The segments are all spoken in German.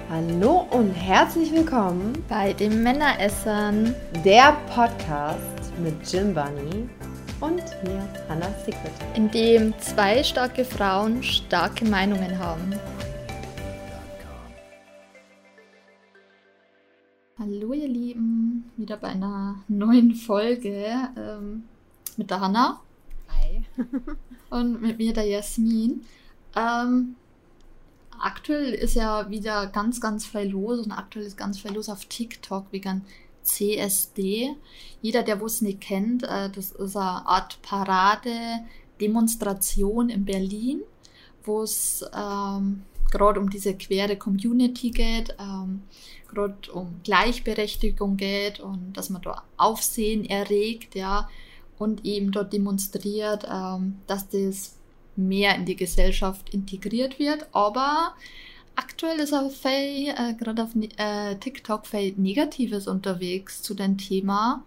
Hallo und herzlich willkommen bei den Männeressern, der Podcast mit Gin Bunny und mir, Hannah Secret, in dem zwei starke Frauen starke Meinungen haben. Hallo ihr Lieben, wieder bei einer neuen Folge mit der Hannah. Hi. Und mit mir, der Jasmin. Aktuell ist ja wieder ganz viel los und aktuell ist ganz viel los auf TikTok wegen CSD. Jeder, der es nicht kennt, das ist eine Art Parade, Demonstration in Berlin, wo es gerade um diese queere Community geht, gerade um Gleichberechtigung geht und dass man da Aufsehen erregt, ja, und eben dort demonstriert, dass das mehr in die Gesellschaft integriert wird, aber aktuell ist auch gerade auf TikTok viel Negatives unterwegs zu dem Thema.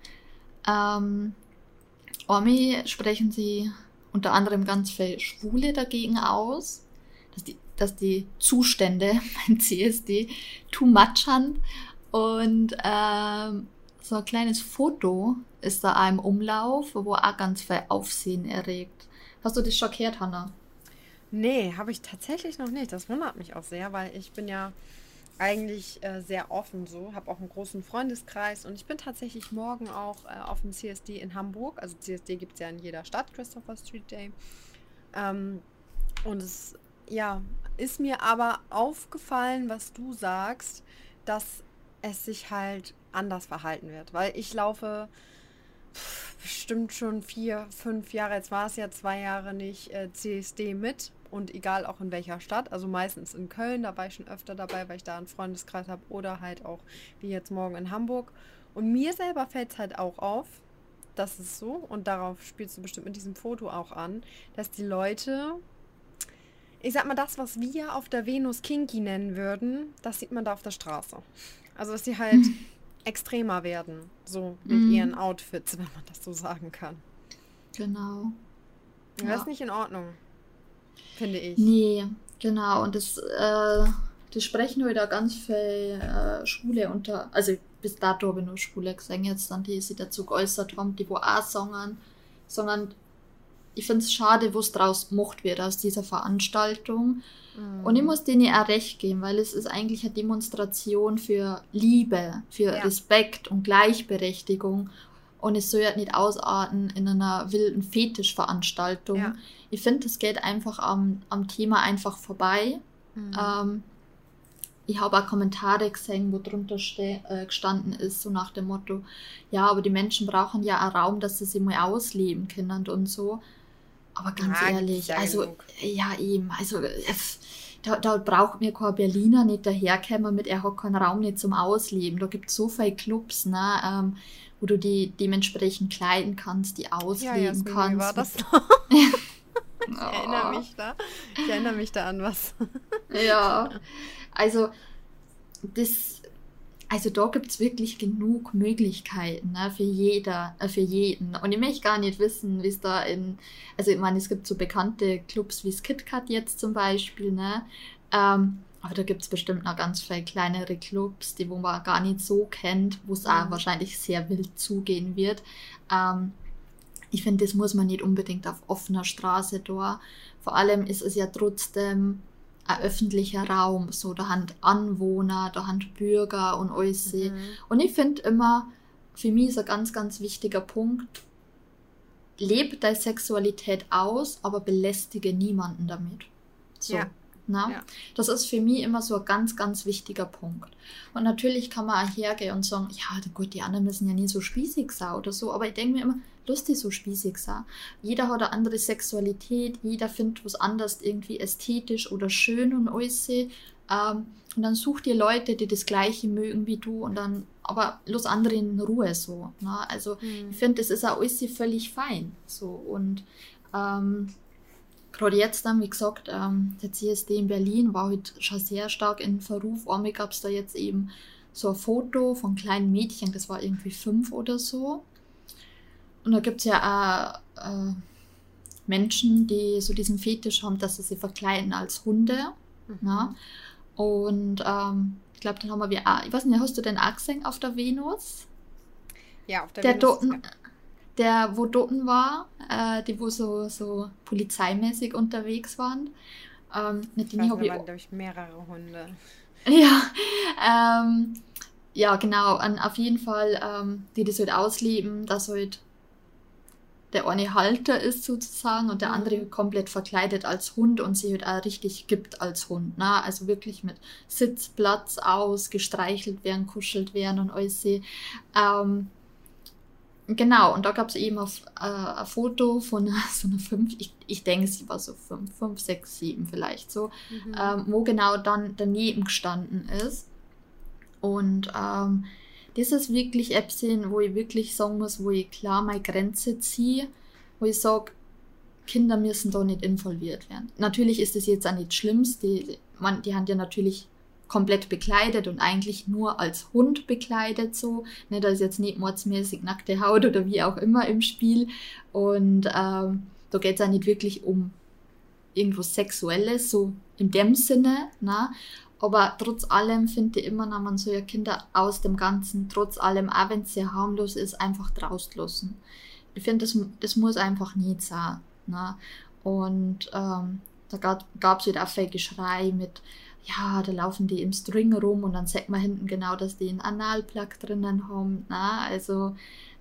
Omi sprechen sie unter anderem ganz viel Schwule dagegen aus, dass die Zustände beim CSD too much haben und so ein kleines Foto ist da im Umlauf, wo auch ganz viel Aufsehen erregt. Hast du das schockiert, Hannah? Nee, habe ich tatsächlich noch nicht. Das wundert mich auch sehr, weil ich bin ja eigentlich sehr offen so, habe auch einen großen Freundeskreis und ich bin tatsächlich morgen auch auf dem CSD in Hamburg. Also CSD gibt es ja in jeder Stadt, Christopher Street Day. Und es ist mir aber aufgefallen, was du sagst, dass es sich halt anders verhalten wird. Weil ich laufe bestimmt schon 4, 5 Jahre, jetzt war es ja 2 Jahre nicht CSD mit und egal auch in welcher Stadt, also meistens in Köln, da war ich schon öfter dabei, weil ich da einen Freundeskreis habe oder halt auch wie jetzt morgen in Hamburg und mir selber fällt es halt auch auf, das ist so und darauf spielst du bestimmt mit diesem Foto auch an, dass die Leute, ich sag mal das, was wir auf der Venus Kinky nennen würden, das sieht man da auf der Straße. Also dass die halt extremer werden, so mit ihren Outfits, wenn man das so sagen kann. Genau. Das ist nicht in Ordnung, finde ich. Nee, genau. Und das sprechen heute ganz viel Schwule unter, also bis dato habe ich nur Schwule gesehen, jetzt dann die sich dazu geäußert haben, die wo auch singen, sondern ich finde es schade, wo es draus gemacht wird aus dieser Veranstaltung. Und ich muss denen auch recht geben, weil es ist eigentlich eine Demonstration für Liebe, für Respekt und Gleichberechtigung. Und es soll ja nicht ausarten in einer wilden Fetischveranstaltung. Ja. Ich finde, es geht einfach am Thema einfach vorbei. Ich habe auch Kommentare gesehen, wo drunter gestanden ist, so nach dem Motto, ja, aber die Menschen brauchen ja auch Raum, dass sie sich mal ausleben können und so. Aber ganz ehrlich, also, genug. Ja eben, also da braucht mir kein Berliner nicht daherkommen mit, er hat keinen Raum nicht zum Ausleben. Da gibt es so viele Clubs, ne, wo du die dementsprechend kleiden kannst, die ausleben kannst. Wie war das noch? Ich erinnere mich da an was. Ja, also da gibt es wirklich genug Möglichkeiten, ne, für jeden. Und ich möchte gar nicht wissen, wie es da also ich meine, es gibt so bekannte Clubs wie das KitKat jetzt zum Beispiel, ne, aber da gibt es bestimmt noch ganz viele kleinere Clubs, die wo man gar nicht so kennt, wo es auch wahrscheinlich sehr wild zugehen wird. Ich finde, das muss man nicht unbedingt auf offener Straße da. Vor allem ist es ja trotzdem ein öffentlicher Raum, so da haben Anwohner, da haben Bürger und alles. Und ich finde immer, für mich ist ein ganz wichtiger Punkt, lebe deine Sexualität aus, aber belästige niemanden damit. So. Ja. Ja. Das ist für mich immer so ein ganz wichtiger Punkt. Und natürlich kann man auch hergehen und sagen, ja gut, die anderen müssen ja nie so spießig sein oder so, aber ich denke mir immer, lustig so spießig sein. Jeder hat eine andere Sexualität, jeder findet was anderes irgendwie ästhetisch oder schön und alles. Und dann such dir Leute, die das Gleiche mögen wie du und dann, aber los andere in Ruhe so. Ne? Also ich finde, das ist auch alles völlig fein. So und gerade jetzt dann, wie gesagt, der CSD in Berlin war halt schon sehr stark in Verruf. Einmal gab es da jetzt eben so ein Foto von kleinen Mädchen, das war irgendwie 5 oder so. Und da gibt es ja auch Menschen, die so diesen Fetisch haben, dass sie sich verkleiden als Hunde. Ne? Und ich glaube, dann haben wir auch, ich weiß nicht, hast du den auch gesehen auf der Venus? Ja, auf der Der Venus. dort, der wo dort war, die wo so polizeimäßig unterwegs waren. Mit Ich denen weiß, habe da ich waren, glaube ich, mehrere Hunde. ja, ja, genau, auf jeden Fall, die das halt ausleben, dass halt der eine Halter ist sozusagen und der andere Mhm. komplett verkleidet als Hund und sie halt auch richtig gibt als Hund, ne? Also wirklich mit Sitzplatz aus, gestreichelt werden, kuschelt werden und alles. Genau, und da gab es eben ein Foto von so einer 5, ich denke, sie war so 5, 6, 7 vielleicht so, Mhm. wo genau dann daneben gestanden ist. Und das ist wirklich etwas, wo ich wirklich sagen muss, wo ich klar meine Grenze ziehe, wo ich sage, Kinder müssen da nicht involviert werden. Natürlich ist es jetzt auch nicht schlimm, die haben ja natürlich komplett bekleidet und eigentlich nur als Hund bekleidet so. Ne, da ist jetzt nicht mordsmäßig nackte Haut oder wie auch immer im Spiel. Und da geht es auch nicht wirklich um irgendwas Sexuelles, so in dem Sinne. Ne? Aber trotz allem finde ich immer noch, man soll ja Kinder aus dem Ganzen, trotz allem, auch wenn es sehr harmlos ist, einfach drauslassen. Ich finde, das muss einfach nicht sein. Ne? Und da gab es halt auch viel Geschrei mit, ja, da laufen die im String rum und dann sagt man hinten genau, dass die einen Analplug drinnen haben. Ne? Also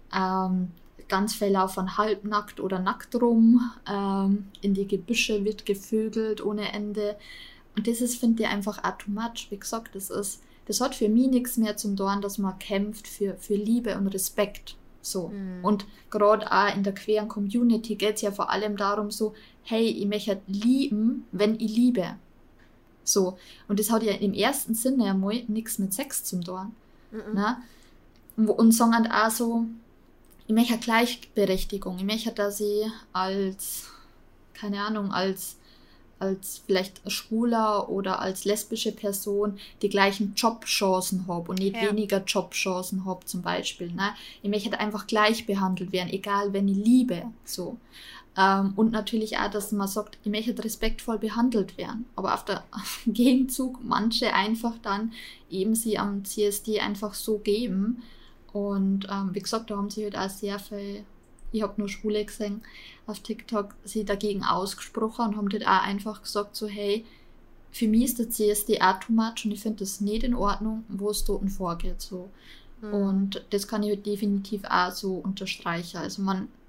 ganz viel laufen halbnackt oder nackt rum. In die Gebüsche wird gevögelt ohne Ende. Und das ist, finde ich, einfach auch too much. Wie gesagt, das hat für mich nichts mehr zum tun, dass man kämpft für Liebe und Respekt. So. Mhm. Und gerade auch in der queeren Community geht es ja vor allem darum so, hey, ich möchte lieben, wenn ich liebe. So. Und das hat ja im ersten Sinne einmal nichts mit Sex zu tun. Mhm. Ne? Und sagen auch so, ich möchte Gleichberechtigung. Ich möchte, dass ich als, keine Ahnung, als vielleicht schwuler oder als lesbische Person die gleichen Jobchancen habe und nicht Ja. weniger Jobchancen habe zum Beispiel. Ne? Ich möchte einfach gleich behandelt werden, egal wenn ich liebe. So. Und natürlich auch, dass man sagt, ich möchte respektvoll behandelt werden. Aber auf der im Gegenzug manche einfach dann eben sie am CSD einfach so geben. Und wie gesagt, da haben sie halt auch sehr viel, ich habe nur Schwule gesehen, auf TikTok sie dagegen ausgesprochen und haben dort auch einfach gesagt, so hey, für mich ist der CSD auch too much und ich finde das nicht in Ordnung, wo es dort vorgeht. So. Mhm. Und das kann ich halt definitiv auch so unterstreichen. Also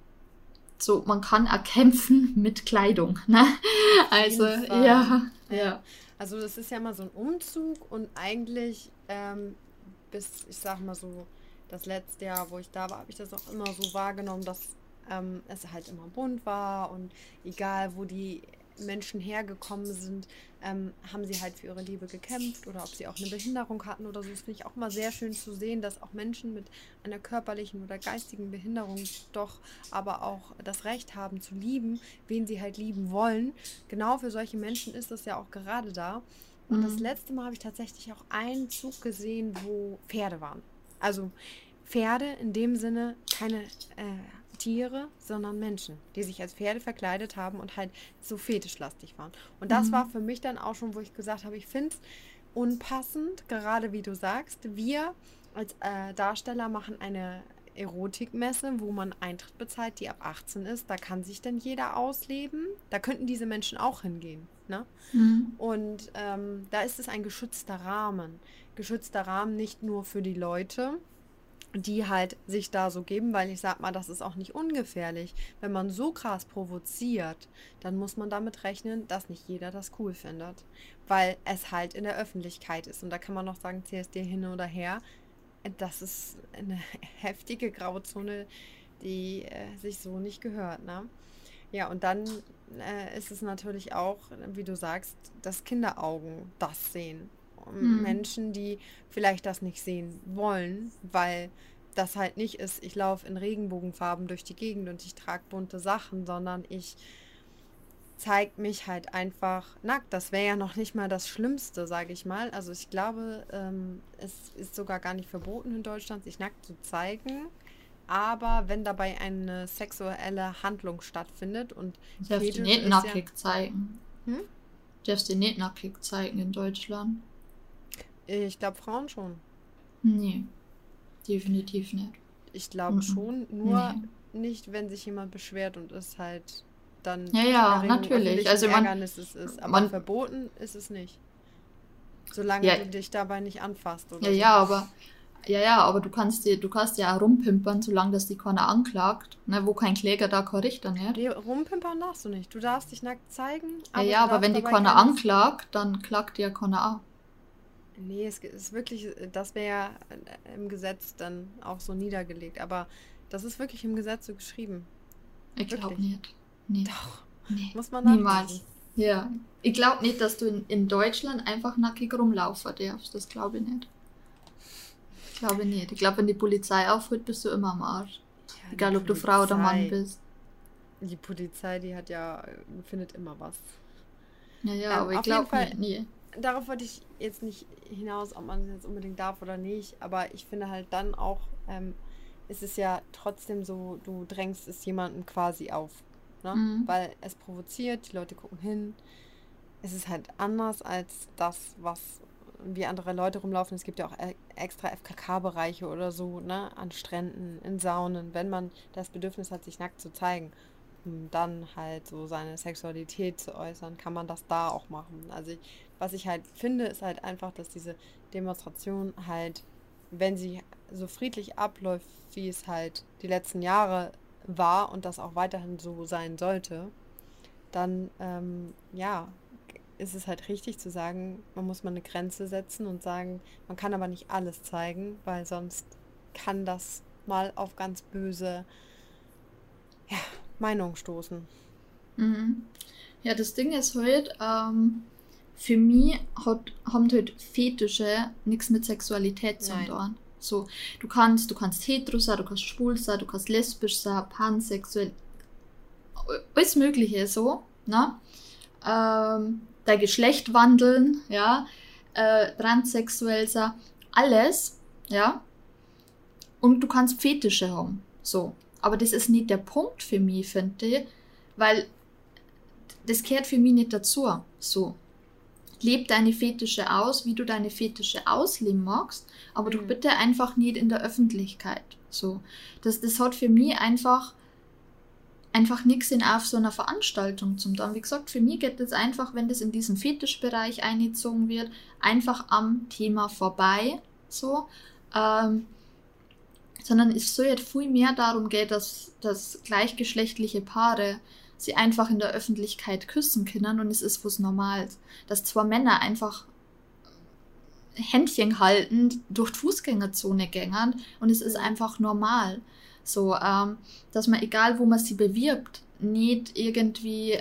man kann auch kämpfen mit Kleidung. Ne? Auf Also jeden Fall. ja, Ja. ja. Also das ist ja immer so ein Umzug und eigentlich bis, ich sag mal so, das letzte Jahr, wo ich da war, habe ich das auch immer so wahrgenommen, dass es halt immer bunt war und egal, wo die Menschen hergekommen sind, haben sie halt für ihre Liebe gekämpft oder ob sie auch eine Behinderung hatten oder so. Das finde ich auch mal sehr schön zu sehen, dass auch Menschen mit einer körperlichen oder geistigen Behinderung doch aber auch das Recht haben zu lieben, wen sie halt lieben wollen. Genau für solche Menschen ist das ja auch gerade da. Und das Mhm. letzte Mal habe ich tatsächlich auch einen Zug gesehen, wo Pferde waren. Also Pferde in dem Sinne keine Tiere, sondern Menschen, die sich als Pferde verkleidet haben und halt so fetischlastig waren. Und das war Mhm. für mich dann auch schon, wo ich gesagt habe, ich finde es unpassend, gerade wie du sagst. Wir als Darsteller machen eine Erotikmesse, wo man Eintritt bezahlt, die ab 18 ist. Da kann sich dann jeder ausleben. Da könnten diese Menschen auch hingehen. Ne? Mhm. Und da ist es ein geschützter Rahmen. Geschützter Rahmen nicht nur für die Leute, die halt sich da so geben, weil ich sag mal, das ist auch nicht ungefährlich. Wenn man so krass provoziert, dann muss man damit rechnen, dass nicht jeder das cool findet, weil es halt in der Öffentlichkeit ist. Und da kann man noch sagen, CSD hin oder her. Das ist eine heftige Grauzone, die sich so nicht gehört, ne? Ja, und dann ist es natürlich auch, wie du sagst, dass Kinderaugen das sehen. Mhm. Menschen, die vielleicht das nicht sehen wollen, weil das halt nicht ist, ich laufe in Regenbogenfarben durch die Gegend und ich trage bunte Sachen, sondern ich zeige mich halt einfach nackt. Das wäre ja noch nicht mal das Schlimmste, sage ich mal. Also ich glaube, es ist sogar gar nicht verboten in Deutschland, sich nackt zu zeigen. Aber wenn dabei eine sexuelle Handlung stattfindet und Darf die Fetisch nicht ist ja. nackig zeigen. Hm? Darfst du nicht nackig zeigen in Deutschland. Ich glaube Frauen schon. Nee, definitiv nicht. Ich glaube Mhm. schon, nur Nee. nicht, wenn sich jemand beschwert und es halt dann Ja, zur ja, Erregung natürlich. öffentlichen Also Ärgernisses ist. Aber man, verboten ist es nicht. Solange ja, du dich dabei nicht anfasst ja, oder so. ja, aber du kannst ja auch rumpimpern, solange das die keiner anklagt, ne, wo kein Kläger, da kein Richter nicht. Nee, rumpimpern darfst du nicht. Du darfst dich nackt zeigen, Ja, aber ja, du aber darfst wenn die dabei keiner keines. anklagt, dann klagt ja keiner an. Nee, es ist wirklich, das wäre ja im Gesetz dann auch so niedergelegt. Aber das ist wirklich im Gesetz so geschrieben. Ich glaube Wirklich. nicht. Nee, Doch. nee, Muss man nachlesen. niemals. Ja. Ich glaube nicht, dass du in Deutschland einfach nackig rumlaufen darfst. Das glaube ich nicht. Ich glaube nicht. Ich glaube, wenn die Polizei aufhört, bist du immer am Arsch. Ja, Egal, ob du Frau oder Mann bist. Die Polizei, die hat ja, findet immer was. Ja, ja, aber ich Auf jeden glaube Fall, nicht. Nee. darauf wollte ich jetzt nicht hinaus, ob man es jetzt unbedingt darf oder nicht. Aber ich finde halt dann auch, ist es ja trotzdem so, du drängst es jemandem quasi auf. Ne? Mhm. Weil es provoziert, die Leute gucken hin. Es ist halt anders als das, was wie andere Leute rumlaufen. Es gibt ja auch extra FKK-Bereiche oder so, ne? An Stränden, in Saunen, wenn man das Bedürfnis hat, sich nackt zu zeigen, um dann halt so seine Sexualität zu äußern, kann man das da auch machen. Also was ich halt finde, ist halt einfach, dass diese Demonstration halt, wenn sie so friedlich abläuft, wie es halt die letzten Jahre war und das auch weiterhin so sein sollte, dann ja, ist es halt richtig zu sagen, man muss mal eine Grenze setzen und sagen, man kann aber nicht alles zeigen, weil sonst kann das mal auf ganz böse Meinungen stoßen. Mhm. Ja, das Ding ist halt, für mich haben halt Fetische nichts mit Sexualität zu Nein. tun. So, du kannst hetero sein, du kannst schwul sein, du kannst lesbisch sein, pansexuell, alles Mögliche so, ne? Dein Geschlecht wandeln, ja, transsexuell sein, alles, ja. Und du kannst Fetische haben, so. Aber das ist nicht der Punkt für mich, finde ich, weil das gehört für mich nicht dazu, so. Leb deine Fetische aus, wie du deine Fetische ausleben magst, aber doch bitte einfach nicht in der Öffentlichkeit, so. Das hat für mich einfach nichts auf so einer Veranstaltung zum tun. Wie gesagt, für mich geht es einfach, wenn das in diesen Fetischbereich eingezogen wird, einfach am Thema vorbei, so. Sondern es soll jetzt viel mehr darum gehen, dass gleichgeschlechtliche Paare sie einfach in der Öffentlichkeit küssen können und es ist was Normales. Dass zwei Männer einfach Händchen haltend durch die Fußgängerzone gängern und es ist einfach normal. So, dass man, egal wo man sie bewirbt, nicht irgendwie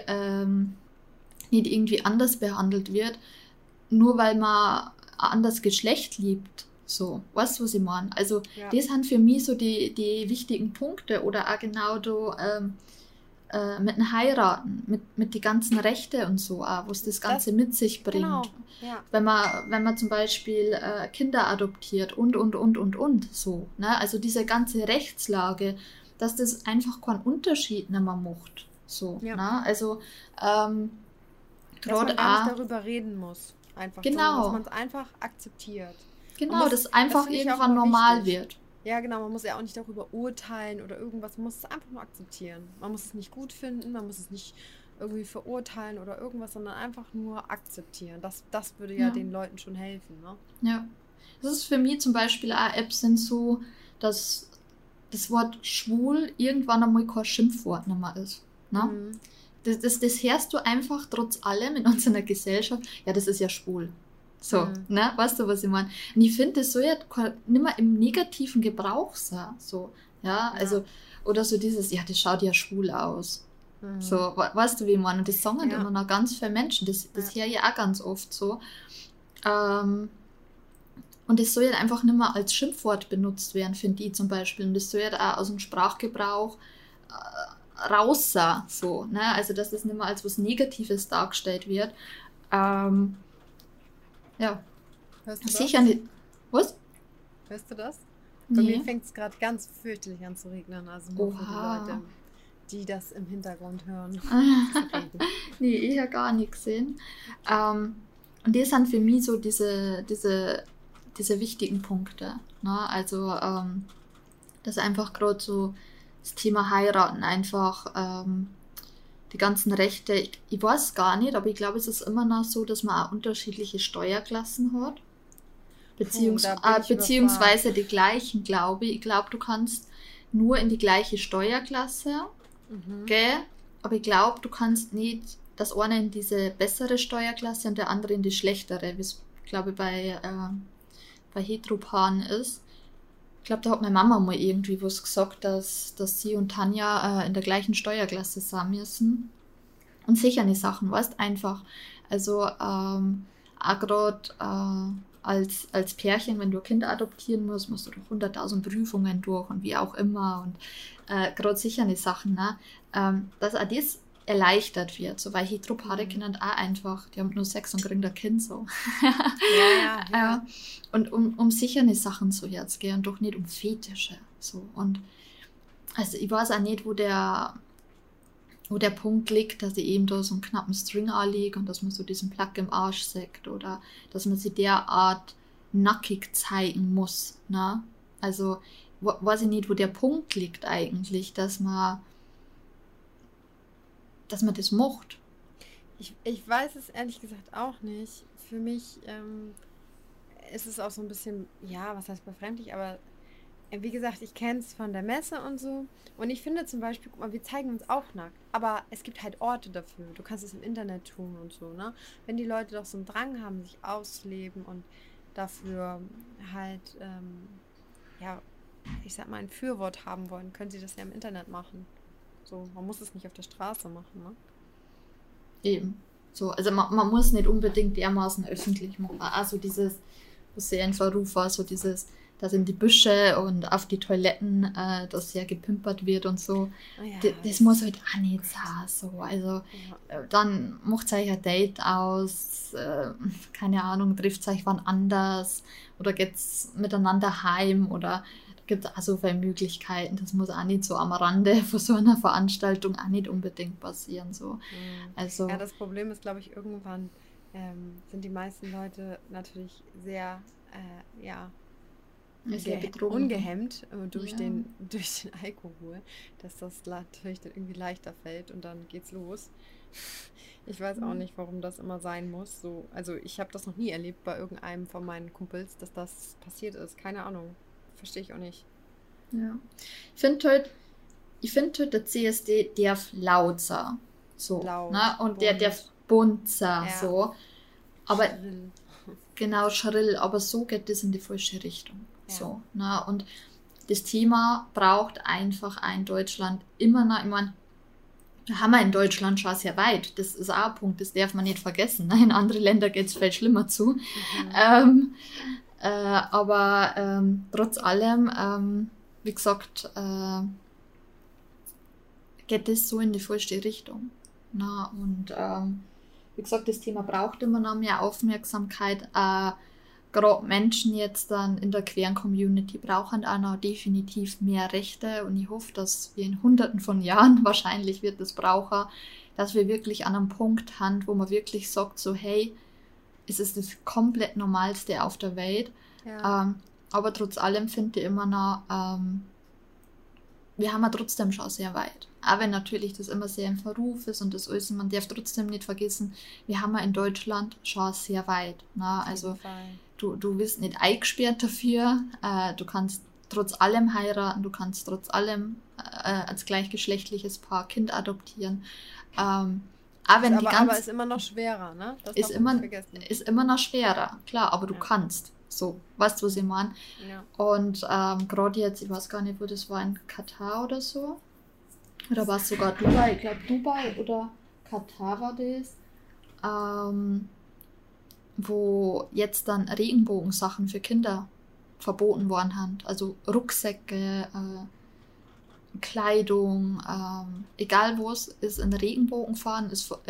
anders behandelt wird, nur weil man ein anderes Geschlecht liebt. So, weißt du, was ich meine? Also, Ja. das sind für mich so die wichtigen Punkte oder auch genau mit dem Heiraten, mit den ganzen Rechte und so, auch, was das Ganze mit sich bringt. Genau, ja. Wenn man zum Beispiel Kinder adoptiert und, so. Ne? Also diese ganze Rechtslage, dass das einfach keinen Unterschied mehr macht. So, Ja. ne? Also, Dass man gerade gar nicht auch, darüber reden muss. Einfach, Genau. sondern dass man es einfach akzeptiert. genau, dass einfach finde ich auch irgendwann mal normal wichtig. wird. Ja, genau, man muss ja auch nicht darüber urteilen oder irgendwas. Man muss es einfach nur akzeptieren. Man muss es nicht gut finden, man muss es nicht irgendwie verurteilen oder irgendwas, sondern einfach nur akzeptieren. Das würde ja Ja. den Leuten schon helfen, ne? Ja. Das ist für mich zum Beispiel auch Apps sind so, dass das Wort schwul irgendwann einmal kein Schimpfwort mehr ist. Ne? Mhm. Das hörst du einfach trotz allem in unserer Gesellschaft, ja, das ist ja schwul. So, ne? Weißt du, was ich meine? Und ich finde, das soll ja nicht mehr im negativen Gebrauch sein. So, ja, also, oder so dieses, ja, das schaut ja schwul aus. So, weißt du, wie ich meine? Und das sagen Ja. dann auch ganz viele Menschen. Das höre ich auch ganz oft so. Und das soll ja einfach nicht mehr als Schimpfwort benutzt werden, finde ich zum Beispiel. Und das soll ja auch aus dem Sprachgebrauch raus sein, so, ne? Also, dass das nicht mehr als was Negatives dargestellt wird. Ja, Hörst du das? sicher nicht. Was? Hörst du das? Bei mir Nee. fängt es gerade ganz fürchterlich an zu regnen. Also nur für die Oha. Leute, die das im Hintergrund hören. Nee, ich habe gar nicht gesehen. Und das sind für mich so diese diese wichtigen Punkte. Ne? Also das einfach gerade so das Thema Heiraten einfach die ganzen Rechte, ich weiß gar nicht, aber ich glaube, es ist immer noch so, dass man auch unterschiedliche Steuerklassen hat. Beziehungsweise die gleichen, glaube ich. Ich glaube, du kannst nur in die gleiche Steuerklasse gehen, aber ich glaube, du kannst nicht das eine in diese bessere Steuerklasse und der andere in die schlechtere, wie es, glaube ich, bei Heteropaaren ist. Ich glaube, da hat meine Mama mal irgendwie was gesagt, dass sie und Tanja in der gleichen Steuerklasse sein müssen. Und sicher nicht Sachen, weißt einfach. Also auch gerade als Pärchen, wenn du ein Kind adoptieren musst, musst du durch 100.000 Prüfungen durch und wie auch immer. Und gerade sicher nicht Sachen, ne? Dass auch das erleichtert wird, so, weil Heteropaare können auch einfach, die haben nur Sex und kriegen ein Kind so. Ja. Und um sichere Sachen so herzugehen und doch nicht um Fetische. So. Und also ich weiß auch nicht, wo der Punkt liegt, dass ich eben da so einen knappen String anlege und dass man so diesen Plug im Arsch sagt oder dass man sich derart nackig zeigen muss. Ne? Also weiß ich nicht, wo der Punkt liegt eigentlich, dass man das macht. Ich weiß es ehrlich gesagt auch nicht. Für mich ist es auch so ein bisschen, ja, was heißt befremdlich, aber wie gesagt, ich kenne es von der Messe und so. Und ich finde zum Beispiel, guck mal, wir zeigen uns auch nackt. Aber es gibt halt Orte dafür. Du kannst es im Internet tun und so, ne? Wenn die Leute doch so einen Drang haben, sich auszuleben und dafür halt, ja, ich sag mal, ein Fürwort haben wollen, können sie das ja im Internet machen. So, man muss es nicht auf der Straße machen, ne? Eben. So, also man muss nicht unbedingt dermaßen öffentlich machen. Also dieses, was sehr in Verruf war, so dieses, da sind die Büsche und auf die Toiletten, das sehr gepimpert wird und so. Oh ja, das muss halt auch nicht sein. So. Also dann macht euch ein Date aus, keine Ahnung, trifft euch wann anders oder geht's miteinander heim oder gibt es auch so viele Möglichkeiten. Das muss auch nicht so am Rande von so einer Veranstaltung auch nicht unbedingt passieren. So. Also, ja, das Problem ist, glaube ich, irgendwann sind die meisten Leute natürlich sehr, ungehemmt durch den Alkohol, dass das natürlich dann irgendwie leichter fällt und dann geht's los. Ich weiß auch nicht, warum das immer sein muss. So, also ich habe das noch nie erlebt bei irgendeinem von meinen Kumpels, dass das passiert ist. Keine Ahnung. Verstehe ich auch nicht. Ja. Ich finde halt, der CSD darf laut sein. So. Laut, ne? Und der darf bunt sein. Ja. So. Aber schrill. Genau, schrill. Aber so geht das in die falsche Richtung. Ja. So, ne? Und das Thema braucht einfach ein Deutschland immer noch. Ich meine, da haben wir in Deutschland schon sehr weit. Das ist auch ein Punkt, das darf man nicht vergessen. Ne? In andere Länder geht es viel schlimmer zu. Aber trotz allem, wie gesagt, geht das so in die falsche Richtung. Na, und wie gesagt, das Thema braucht immer noch mehr Aufmerksamkeit. Gerade Menschen jetzt dann in der queeren Community brauchen auch noch definitiv mehr Rechte und ich hoffe, dass wir in Hunderten von Jahren, wahrscheinlich wird es brauchen, dass wir wirklich an einem Punkt haben, wo man wirklich sagt, so hey, es ist das komplett Normalste auf der Welt. Ja. Aber trotz allem finde ich immer noch, wir haben ja trotzdem schon sehr weit. Auch wenn natürlich das immer sehr im Verruf ist und das alles, man darf trotzdem nicht vergessen, wir haben ja in Deutschland schon sehr weit. Ne? Also du wirst nicht eingesperrt dafür, du kannst trotz allem heiraten, du kannst trotz allem als gleichgeschlechtliches Paar Kind adoptieren. Aber ist immer noch schwerer, ne? Das ist immer noch schwerer, klar, aber du kannst. So, weißt du, was ich meine? Ja. Und gerade jetzt, ich weiß gar nicht, wo das war, in Katar oder so. Oder war es sogar Dubai? Ich glaube Dubai oder Katar war das. Wo jetzt dann Regenbogensachen für Kinder verboten worden sind. Also Rucksäcke, Kleidung, egal wo es ist, in Regenbogenfarben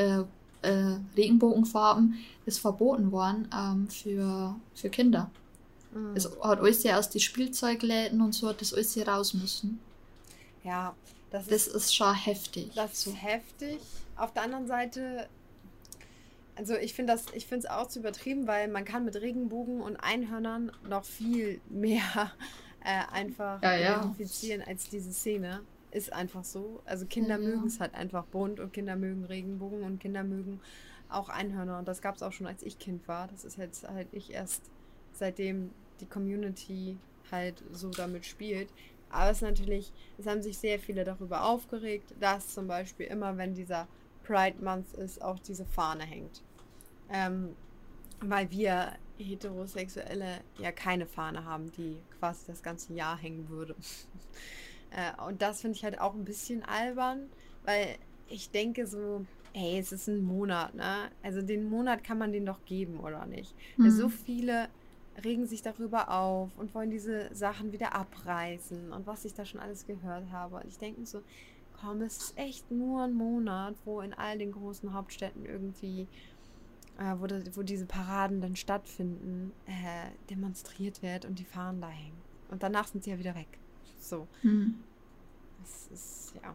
ist verboten worden für Kinder. Es hat alles ja aus den Spielzeugläden und so, hat das alles hier raus müssen. Ja, das ist schon heftig. Das ist heftig. Auf der anderen Seite Also ich finde es auch zu übertrieben, weil man kann mit Regenbogen und Einhörnern noch viel mehr einfach Ja, ja. identifizieren als diese Szene. Ist einfach so. Also Ja, Kinder mögen ja. es halt einfach bunt und Kinder mögen Regenbogen und Kinder mögen auch Einhörner. Und das gab es auch schon, als ich Kind war. Das ist jetzt halt nicht erst seitdem die Community halt so damit spielt. Aber es ist natürlich, es haben sich sehr viele darüber aufgeregt, dass zum Beispiel immer, wenn dieser Pride Month ist, auch diese Fahne hängt. Ähm, weil wir Heterosexuelle ja keine Fahne haben, die quasi das ganze Jahr hängen würde. Und das finde ich halt auch ein bisschen albern, weil ich denke so, ey, es ist ein Monat, ne? Also den Monat kann man den doch geben, oder nicht? So Hm. viele regen sich darüber auf und wollen diese Sachen wieder abreißen und was ich da schon alles gehört habe. Und ich denke mir so, komm, es ist echt nur ein Monat, wo in all den großen Hauptstädten irgendwie wo diese Paraden dann stattfinden, demonstriert wird und die Fahnen da hängen. Und danach sind sie ja wieder weg. So, Hm. das ist, ja.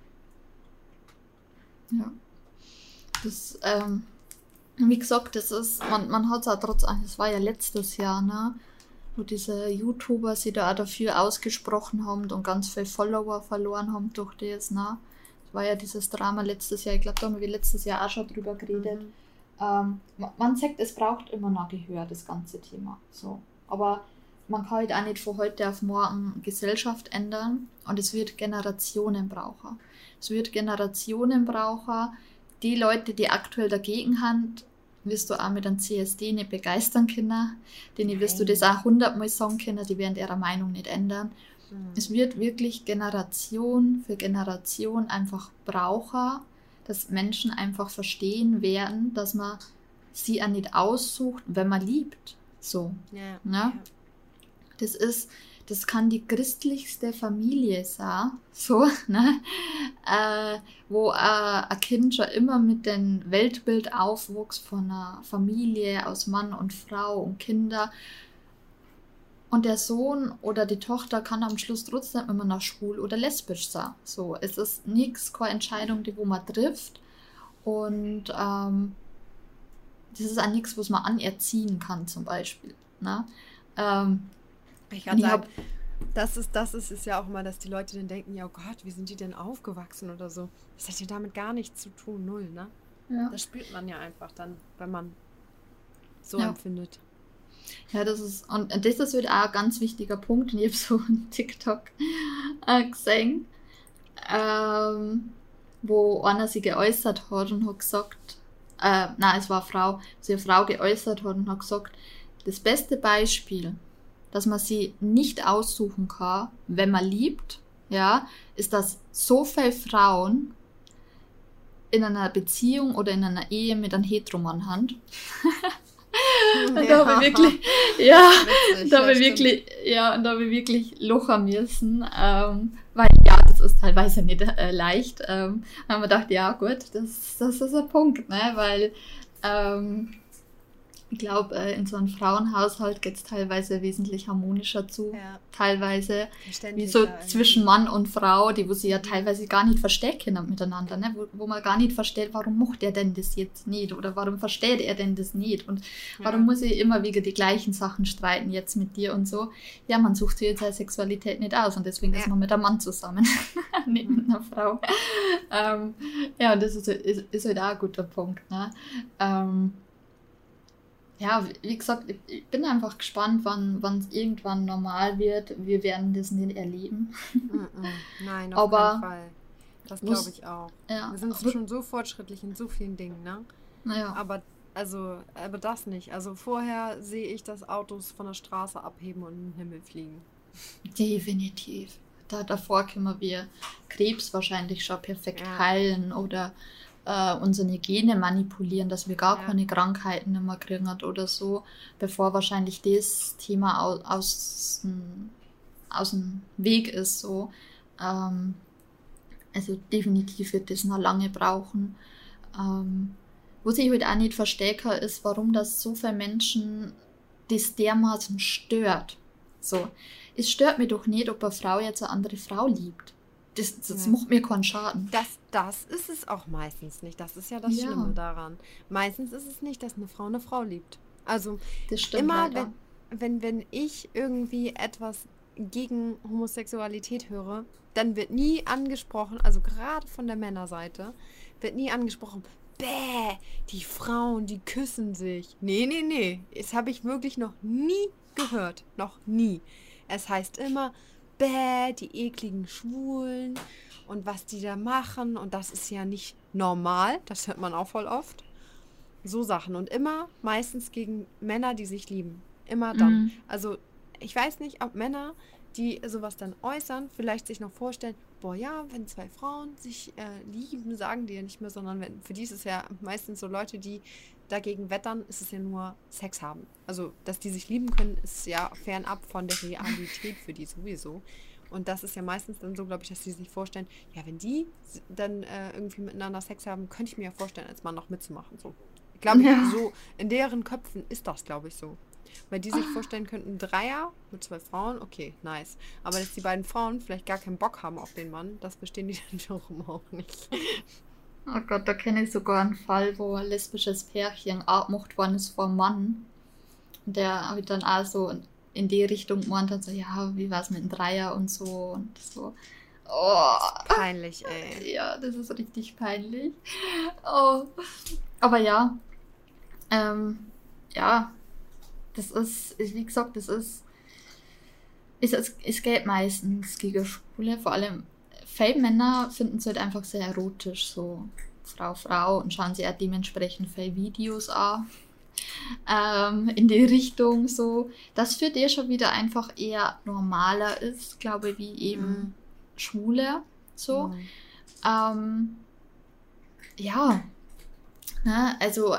Ja. Das, wie gesagt, das ist, man hat es auch trotz, das war ja letztes Jahr, ne? Wo diese YouTuber sich da auch dafür ausgesprochen haben und ganz viele Follower verloren haben durch das, ne? Das war ja dieses Drama letztes Jahr, ich glaube, da haben wir letztes Jahr auch schon drüber geredet. Mhm. Man sagt, es braucht immer noch Gehör, das ganze Thema. So. Aber man kann halt auch nicht von heute auf morgen Gesellschaft ändern und es wird Generationen brauchen. Es wird Generationen brauchen. Die Leute, die aktuell dagegen sind, wirst du auch mit einem CSD nicht begeistern können. Denen wirst du das Nein. auch 100-mal sagen können, die werden ihre Meinung nicht ändern. Mhm. Es wird wirklich Generation für Generation einfach brauchen, dass Menschen einfach verstehen werden, dass man sie auch nicht aussucht, wenn man liebt. So, Ja, ne? ja. Das kann die christlichste Familie sein, so, ne? Wo ein Kind schon immer mit dem Weltbild aufwuchs von einer Familie aus Mann und Frau und Kinder. Und der Sohn oder die Tochter kann am Schluss trotzdem immer noch schwul oder lesbisch sein. So, es ist nichts, keine Entscheidung, die wo man trifft. Und das ist auch nichts, was man anerziehen kann, zum Beispiel. Ne? Ich Und kann ich sagen, habe, ist ja auch immer, dass die Leute dann denken, ja oh Gott, wie sind die denn aufgewachsen oder so. Das hat ja damit gar nichts zu tun, null, ne? ja, Das spürt man ja einfach dann, wenn man so ja, empfindet. ja, und das ist halt auch ein ganz wichtiger Punkt. Und ich habe so einen TikTok gesehen, ähm, wo einer sich geäußert hat und hat gesagt, nein, es war eine Frau, sich eine Frau geäußert hat und hat gesagt, das beste Beispiel, dass man sie nicht aussuchen kann, wenn man liebt, ja, ist, dass so viele Frauen in einer Beziehung oder in einer Ehe mit einem Heteromann haben. Und da habe ich Ja, wirklich, ja, witzig, da habe ja, ich stimmt. wirklich, ja, und da habe ich wirklich lachen müssen, weil ja, das ist teilweise nicht leicht. Haben wir gedacht, ja gut, das ist ein Punkt, ne, weil ich glaube, in so einem Frauenhaushalt geht es teilweise wesentlich harmonischer zu. Ja, Teilweise wie so verständlicher zwischen irgendwie. Mann und Frau, die wo sie ja Mhm. teilweise gar nicht verstehen können miteinander, ne? Wo man gar nicht versteht, warum macht er denn das jetzt nicht oder warum versteht er denn das nicht und warum Ja, muss ich immer wegen die gleichen Sachen streiten jetzt mit dir und so. Ja, man sucht sich jetzt seine Sexualität nicht aus und deswegen ist ja. man mit einem Mann zusammen, nicht mit einer Frau. Ähm, ja, und das ist halt auch ein guter Punkt, ne? Ähm, ja, wie gesagt, ich bin einfach gespannt, wann es irgendwann normal wird. Wir werden das nicht erleben. Mhm. Nein, auf keinen Aber Fall. Das glaube muss, ich auch. ja, Wir sind aber, schon so fortschrittlich in so vielen Dingen, ne? naja, Aber, aber das nicht. Also vorher sehe ich, dass Autos von der Straße abheben und in den Himmel fliegen. definitiv. Davor können wir Krebs wahrscheinlich schon perfekt Ja, heilen oder unsere Gene manipulieren, dass wir gar ja, keine Krankheiten mehr kriegen oder so, bevor wahrscheinlich das Thema aus dem Weg ist. So. Ähm, Also definitiv wird das noch lange brauchen. Was ich halt auch nicht verstehe, ist, warum das so viele Menschen das dermaßen stört. So, es stört mich doch nicht, ob eine Frau jetzt eine andere Frau liebt. Das Ja. macht mir keinen Schaden. Das ist es auch meistens nicht. Das ist ja das Ja, Schlimme daran. Meistens ist es nicht, dass eine Frau liebt. Also das stimmt immer, wenn, leider. wenn ich irgendwie etwas gegen Homosexualität höre, dann wird nie angesprochen, also gerade von der Männerseite, wird nie angesprochen, bäh, die Frauen, die küssen sich. Nee, nee, nee. Das habe ich wirklich noch nie gehört. Noch nie. Es heißt immer, bäh, die ekligen Schwulen und was die da machen. Und das ist ja nicht normal. Das hört man auch voll oft. So Sachen. Und immer meistens gegen Männer, die sich lieben. Immer dann. Mm. Also ich weiß nicht, ob Männer, die sowas dann äußern, vielleicht sich noch vorstellen, boah ja, wenn zwei Frauen sich lieben, sagen die ja nicht mehr, sondern für die ist es ja meistens so Leute, die dagegen wettern, ist es ja nur Sex haben. Also, dass die sich lieben können, ist ja fernab von der Realität für die sowieso. Und das ist ja meistens dann so, glaube ich, dass die sich vorstellen, ja, wenn die dann irgendwie miteinander Sex haben, könnte ich mir ja vorstellen, als Mann noch mitzumachen. So. Ich glaube, Ja. so in deren Köpfen ist das, glaube ich, so. Weil die sich vorstellen könnten, Dreier mit zwei Frauen, okay, nice. Aber dass die beiden Frauen vielleicht gar keinen Bock haben auf den Mann, das verstehen die dann wiederum auch nicht. Oh Gott, da kenne ich sogar einen Fall, wo ein lesbisches Pärchen abgemacht worden ist vor einem Mann. Und der habe ich dann auch so in die Richtung gemeint hat, so, ja, wie war es mit dem Dreier und so und so. Oh, Peinlich, ey. ja, das ist richtig peinlich. Oh. Aber ja, ja, das ist, wie gesagt, es geht meistens gegen Schwule, vor allem viele Männer finden es halt einfach sehr erotisch, so Frau, und schauen sich auch dementsprechend viele Videos an, in die Richtung so, das für die schon wieder einfach eher normaler ist, glaube ich, wie eben Schwule, so. Mhm. Ja, ne, also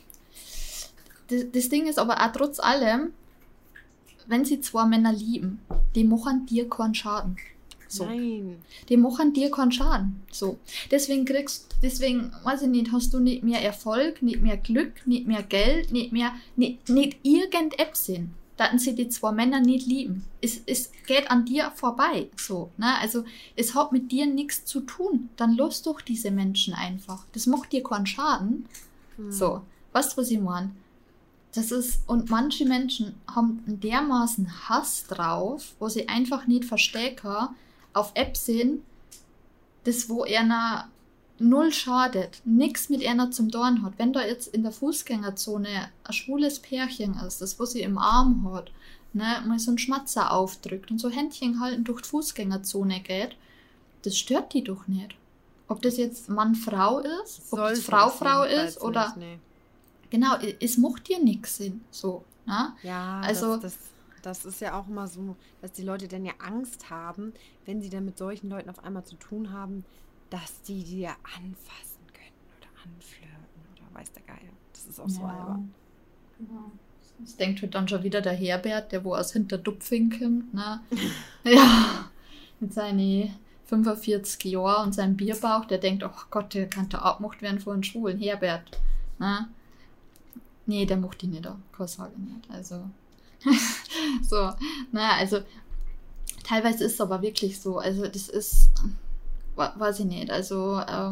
das Ding ist aber auch trotz allem, wenn sie zwei Männer lieben, die machen dir keinen Schaden. So. Nein. Die machen dir keinen Schaden. So. Deswegen, weiß ich nicht, hast du nicht mehr Erfolg, nicht mehr Glück, nicht mehr Geld, nicht irgendetwas. Da hatten sie die zwei Männer nicht lieben. Es geht an dir vorbei. So, ne? Also, es hat mit dir nichts zu tun. Dann lass doch diese Menschen einfach. Das macht dir keinen Schaden. So, weißt du, was ich meine? Das ist, und manche Menschen haben einen dermaßen Hass drauf, wo sie einfach nicht verstehen können, auf Apps sehen, das wo einer null schadet, nichts mit einer zum Dorn hat. Wenn da jetzt in der Fußgängerzone ein schwules Pärchen ist, das wo sie im Arm hat, ne, mal so einen Schmatzer aufdrückt und so Händchen halten durch die Fußgängerzone geht, das stört die doch nicht. Ob das jetzt Mann-Frau ist, ob das Frau ist oder... Nicht, nee. Genau, es macht dir nichts Sinn. So, ne? Ja, Also, das ist ja auch immer so, dass die Leute dann ja Angst haben, wenn sie dann mit solchen Leuten auf einmal zu tun haben, dass die dir anfassen können oder anflirten oder weiß der Geier. Das ist auch so albern. Genau. Das denkt halt dann schon wieder der Herbert, der wo aus Hinterdupfing kommt, ne? Ja, mit seinen 45 Jahren und seinem Bierbauch, der denkt, oh Gott, der kann da abgemacht werden von einem schwulen Herbert, ne? Nee, der macht die nicht, keine Sorge nicht, also so, na, also teilweise ist es aber wirklich so, also das ist, weiß ich nicht, also ja,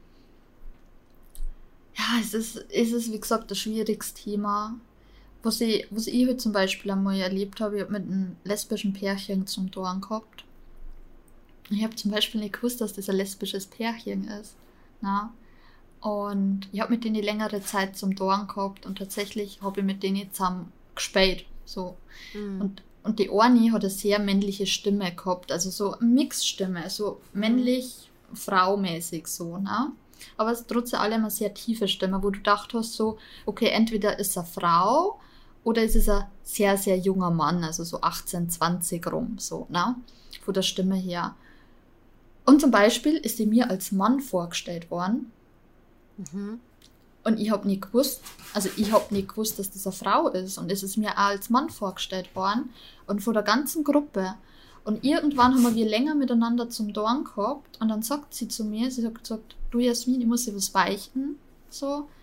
es ist wie gesagt ein schwieriges Thema, was ich halt zum Beispiel einmal erlebt habe. Ich habe mit einem lesbischen Pärchen zum Dorn gehabt. Ich habe zum Beispiel nicht gewusst, dass das ein lesbisches Pärchen ist, na? Und ich habe mit denen längere Zeit zum Dorn gehabt und tatsächlich habe ich mit denen zusammen gespielt. So. Und die eine hat eine sehr männliche Stimme gehabt, also so eine Mixstimme, so männlich-fraumäßig so, ne? Aber es ist trotz allem eine sehr tiefe Stimme, wo du gedacht hast, so, okay, entweder ist es eine Frau oder ist es ein sehr, sehr junger Mann, also so 18, 20 rum, so, ne? Von der Stimme her. Und zum Beispiel ist sie mir als Mann vorgestellt worden. Und ich habe nicht gewusst, dass das eine Frau ist. Und es ist mir auch als Mann vorgestellt worden. Und von der ganzen Gruppe. Und irgendwann haben wir länger miteinander zum Dorn gehabt. Und dann sagt sie zu mir, sie hat gesagt, du Jasmin, ich muss dir was beichten. So.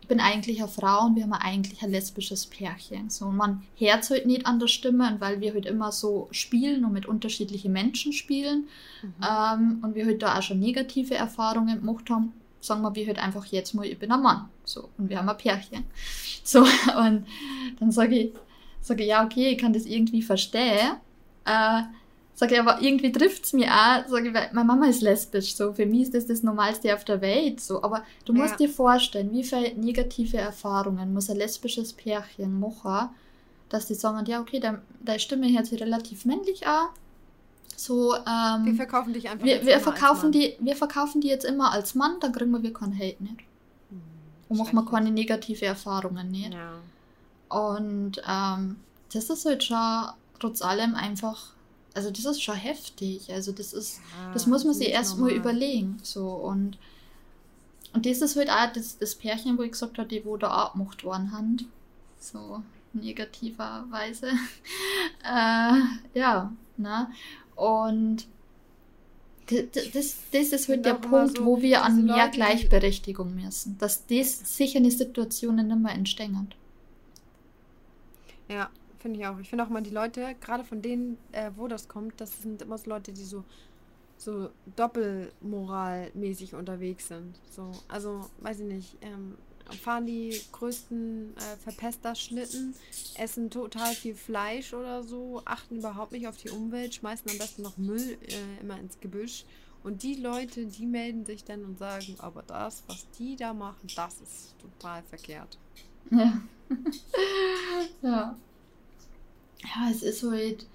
ich bin eigentlich eine Frau und wir haben eigentlich ein lesbisches Pärchen. So, und man hört halt nicht an der Stimme, und weil wir halt immer so spielen und mit unterschiedlichen Menschen spielen, und wir halt da auch schon negative Erfahrungen gemacht haben, sagen wir halt einfach jetzt mal, ich bin ein Mann. So, und wir haben ein Pärchen. So, und dann sage ich, ja, okay, ich kann das irgendwie verstehen. Sage ich, aber irgendwie trifft es mich auch. Sage ich, weil meine Mama ist lesbisch. So, für mich ist das das Normalste auf der Welt. So, aber du musst dir vorstellen, wie viele negative Erfahrungen muss ein lesbisches Pärchen machen, dass die sagen, ja, okay, deine Stimme hört sich relativ männlich an. So, wir verkaufen dich einfach wir verkaufen die jetzt immer als Mann, dann kriegen wir keinen Hate nicht. Und machen wir keine negative Erfahrungen nicht. Ja. Und das ist halt schon trotz allem einfach, also das ist schon heftig. Also das ist, das muss man sich erstmal überlegen. So, und das ist halt auch das Pärchen, wo ich gesagt habe, die wo da abgemacht worden haben. So negativerweise. Ja, ne? Und das ist halt der Punkt, so, wo wir an mehr Gleichberechtigung müssen. Dass das sicher eine Situationen nicht mehr entstehen. Ja, finde ich auch. Ich finde auch mal die Leute, gerade von denen, wo das kommt, das sind immer so Leute, die so doppelmoralmäßig unterwegs sind. So, also, weiß ich nicht, fahren die größten Verpester-Schlitten, essen total viel Fleisch oder so, achten überhaupt nicht auf die Umwelt, schmeißen am besten noch Müll immer ins Gebüsch. Und die Leute, die melden sich dann und sagen, aber das, was die da machen, das ist total verkehrt. Ja. Ja. Ja, es ist halt,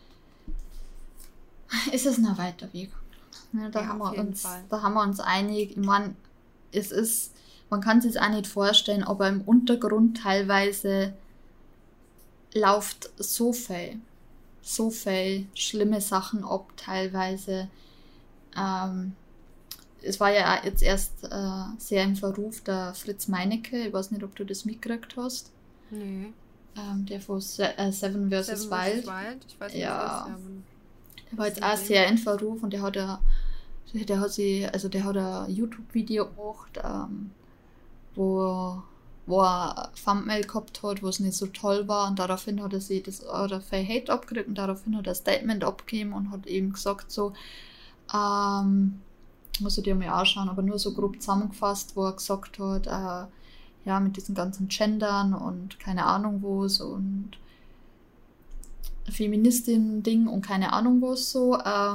es ist ein weiter Weg. Ja, da haben wir uns einig. Ich meine, man kann sich auch nicht vorstellen, aber im Untergrund teilweise läuft so viel schlimme Sachen ab, teilweise. Es war ja jetzt erst sehr im Verruf der Fritz Meinecke. Ich weiß nicht, ob du das mitgekriegt hast. Nee. Der von Seven vs. Wild. Ich weiß nicht, ja. Was der war jetzt auch sehr in Verruf, und der hat ein YouTube-Video gemacht, wo er ein Thumbnail gehabt hat, wo es nicht so toll war, und daraufhin hat er sich viel Hate abgekriegt, und daraufhin hat er ein Statement abgegeben und hat eben gesagt so, muss ich dir mal anschauen, aber nur so grob zusammengefasst, wo er gesagt hat, ja, mit diesen ganzen Gendern und keine Ahnung was und Feministin-Ding und keine Ahnung was so,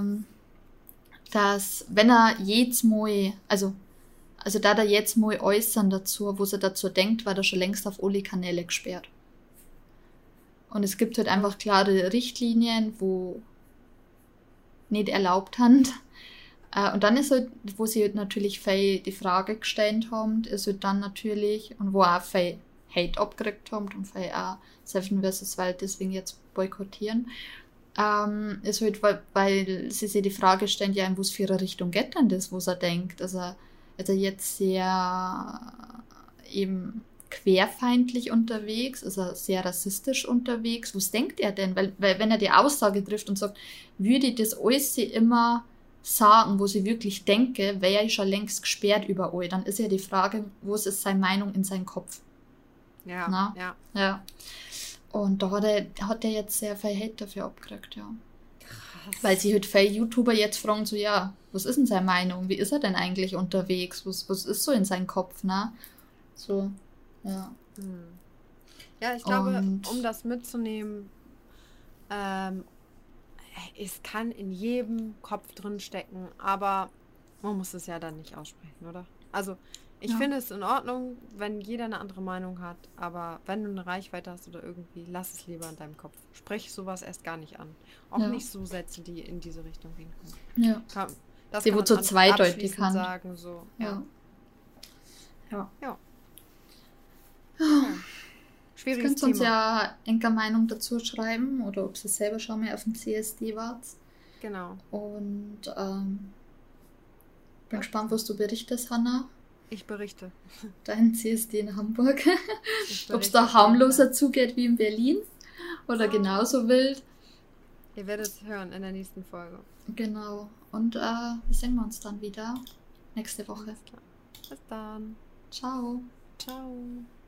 dass wenn er jetzt mal, also da er jetzt mal äußern dazu, was er dazu denkt, war er schon längst auf alle Kanäle gesperrt. Und es gibt halt einfach klare Richtlinien, wo nicht erlaubt haben. Und dann ist halt, wo sie halt natürlich viel die Frage gestellt haben, ist halt dann natürlich, und wo auch viel Hate abgekriegt haben und viel auch Seven vs. Wild deswegen jetzt boykottieren, ist halt, weil sie sich die Frage stellen, ja, in was für eine Richtung geht denn das, was er denkt. Also jetzt sehr eben querfeindlich unterwegs, also sehr rassistisch unterwegs. Was denkt er denn? Weil wenn er die Aussage trifft und sagt, würde ich das alles immer sagen, wo sie wirklich denke, wäre ich schon längst gesperrt überall. Dann ist ja die Frage, was ist seine Meinung in seinem Kopf? Ja. Und da hat er jetzt sehr viel Hate dafür abgekriegt, ja. Krass. Weil sie halt viele YouTuber jetzt fragen, so, ja, was ist denn seine Meinung? Wie ist er denn eigentlich unterwegs? Was ist so in seinem Kopf, ne? So, ja. Ja, ich glaube, um das mitzunehmen, es kann in jedem Kopf drin stecken, aber man muss es ja dann nicht aussprechen, oder? Also, ich finde es in Ordnung, wenn jeder eine andere Meinung hat, aber wenn du eine Reichweite hast oder irgendwie, lass es lieber in deinem Kopf. Sprech sowas erst gar nicht an. Auch nicht so Sätze, die in diese Richtung gehen können. Ja. Das kann man so zweideutig sagen, so. Ja. Schwieriges Könnt ihr uns ja eine Meinung dazu schreiben oder ob ihr selber schon mal auf dem CSD wart. Genau. Und bin gespannt, was du berichtest, Hannah. Ich berichte. Dein CSD in Hamburg. Ob es da harmloser zugeht wie in Berlin oder genauso wild. Ihr werdet es hören in der nächsten Folge. Genau. Und wir sehen uns dann wieder nächste Woche. Bis dann. Ciao. Ciao.